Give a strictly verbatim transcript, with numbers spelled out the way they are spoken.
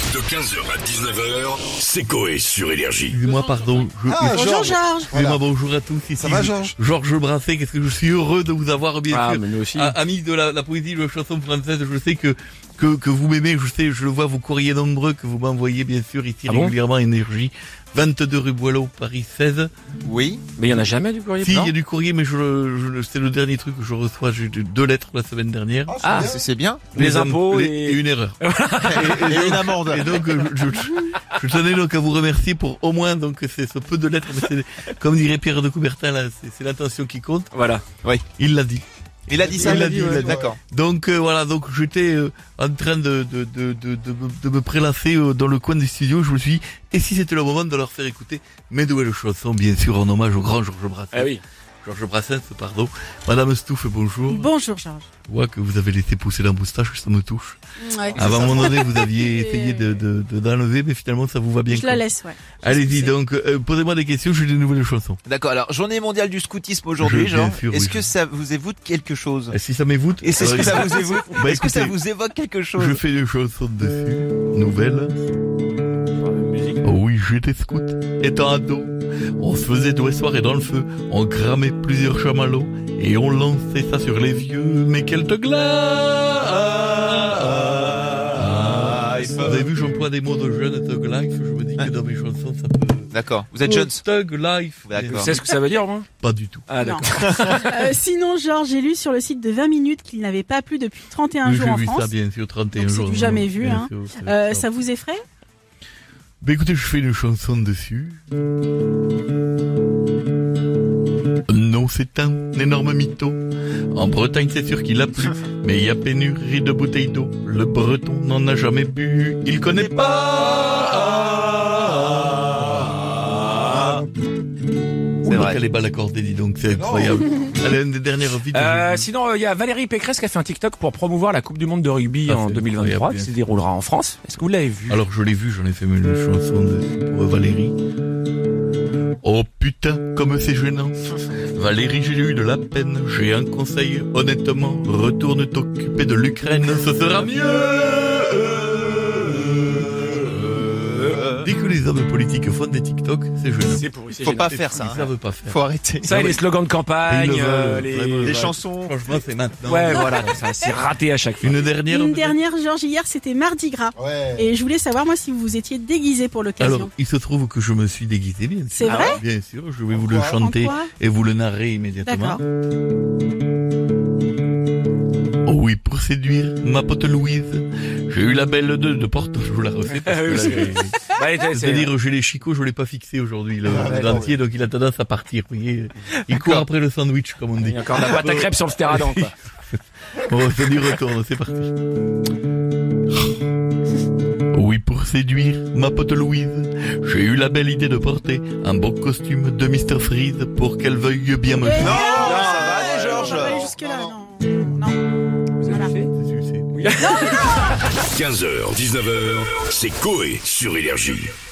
De quinze heures à dix-neuf heures, c'est Coé sur Énergie. Excusez-moi, pardon. Je... Ah, Bonjour Georges. Georges. Excusez-moi, Voilà. bonjour à tous. Ici, Ça va, Georges? Georges Brassens, qu'est-ce que je suis heureux de vous avoir, bien Ah, sûr. mais nous aussi. A- Amis de la, la poésie, de la chanson française, je sais que, que, que vous m'aimez, je sais, je le vois, vos courriers nombreux que vous m'envoyez, bien sûr, ici Ah bon régulièrement, Énergie. vingt-deux rue Boileau, Paris seize. Oui. Mais il y en a jamais du courrier Si, il blanc y a du courrier, mais je, je, c'est le dernier truc que je reçois. J'ai eu deux lettres la semaine dernière. Ah, c'est c'est bien. les impôts et... et... et une erreur. Et, et une amende. Et donc, euh, je, je, je tenais donc à vous remercier pour au moins, donc, c'est ce peu de lettres, mais c'est, comme dirait Pierre de Coubertin, là, c'est, c'est l'intention qui compte. Voilà. Il l'a dit. Il a dit ça. Il l'a dit, ouais. D'accord. Donc, euh, voilà, donc, j'étais euh, en train de, de, de, de, de, me- de me prélasser euh, dans le coin du studio. Je me suis dit, et si c'était le moment de leur faire écouter mes nouvelles chansons, bien sûr, en hommage au grand Georges Brassens. Ah oui. Georges Brassens, pardon. Madame Stouff, bonjour. Bonjour Georges. Je vois que vous avez laissé pousser la moustache, ça me touche. Ouais. À un moment donné, vous aviez Et- essayé de, de, de, d'enlever, mais finalement, ça vous va bien. Je quoi. la laisse, ouais. Allez-y, C'est- donc, euh, posez-moi des questions, j'ai des nouvelles chansons. D'accord. Alors, journée mondiale du scoutisme aujourd'hui, Je- bien Jean. sûr, Est-ce oui, que je- ça vous évoque quelque chose? Et si ça m'évoute Et c'est ce euh, que ça vous évoque? Bah, Est-ce que ça écoutez, vous évoque quelque chose? je fais des chansons dessus, nouvelles. Musique. Oh oui, j'étais scout, étant ado. On se faisait tous les soirs dans le feu, on cramait plusieurs chamallows, et on lançait ça sur les vieux, mais quelle te glace! Vous avez vu, j'emploie des mots de jeune, Thug Life, je me dis que dans mes chansons, ça peut... D'accord. Vous êtes Jones. Thug Life. D'accord. Tu sais ce que ça veut dire, moi? Pas du tout. Ah, Non. d'accord. Euh, sinon Georges, j'ai lu sur le site de vingt minutes qu'il n'avait pas plu depuis trente et un Oui, jours j'ai en vu France. ça, bien sûr, trente et un Donc, c'est jours. du jamais non, vu, bien hein. sûr, c'est- Euh, c'est- ça vous effraie? Ben écoutez, je fais une chanson dessus. Non, c'est un énorme mytho. En Bretagne, c'est sûr qu'il a plu, mais il y a pénurie de bouteilles d'eau. Le breton n'en a jamais bu, il connaît pas. C'est Oula, vrai. qu'elle est balle accordée, dis donc, c'est incroyable. Elle est une des dernières vies de... Euh, sinon, il y a Valérie Pécresse qui a fait un TikTok pour promouvoir la Coupe du Monde de rugby Ah, en c'est deux mille vingt-trois, incroyable, qui se bien déroulera en France. Est-ce que vous l'avez vu? Alors je l'ai vu, j'en ai fait une chanson de, pour Valérie. Oh putain, comme c'est gênant. Valérie, j'ai eu de la peine. J'ai un conseil, honnêtement. Retourne t'occuper de l'Ukraine, ce sera mieux. Dès que les hommes politiques font des TikTok, c'est gênant. C'est pourri, c'est Faut génial. pas faire ça. Ils hein. savent pas faire. Faut arrêter. Ça et les slogans de Ils campagne, le veulent, euh, vraiment, les... le Les veulent. chansons. Franchement, c'est maintenant. Ouais, voilà, ça, c'est raté à chaque fois. Une dernière. Une peut-être dernière Georges, hier c'était Mardi Gras. Ouais. Et je voulais savoir moi si vous vous étiez déguisé pour l'occasion. Alors, il se trouve que je me suis déguisé, bien sûr. C'est vrai? Bien sûr, je vais vous le quoi chanter En quoi et vous le narrer immédiatement. D'accord. Oh oui, pour séduire ma pote Louise, j'ai eu la belle de, de porte, je vous la refais parce Ah que oui, là, c'est- j'ai- Ouais, c'est- c'est- c'est-à-dire, j'ai les chicots, je l'ai pas fixé aujourd'hui, le, Ah, le d'accord, dentier, donc il a tendance à partir, vous voyez. Il court après le sandwich, comme on Il dit. y a encore de la pâte à crêpes sur le stéradon, quoi. Bon, c'est du retour, c'est parti. Oui, pour séduire ma pote Louise, j'ai eu la belle idée de porter un beau costume de mister Freeze pour qu'elle veuille bien me Eh, faire. non, ça va aller, on Georges. va pas aller jusque là, non. Non. Voilà. C'est sucé. quinze heures, dix-neuf heures, c'est Coé sur Énergie.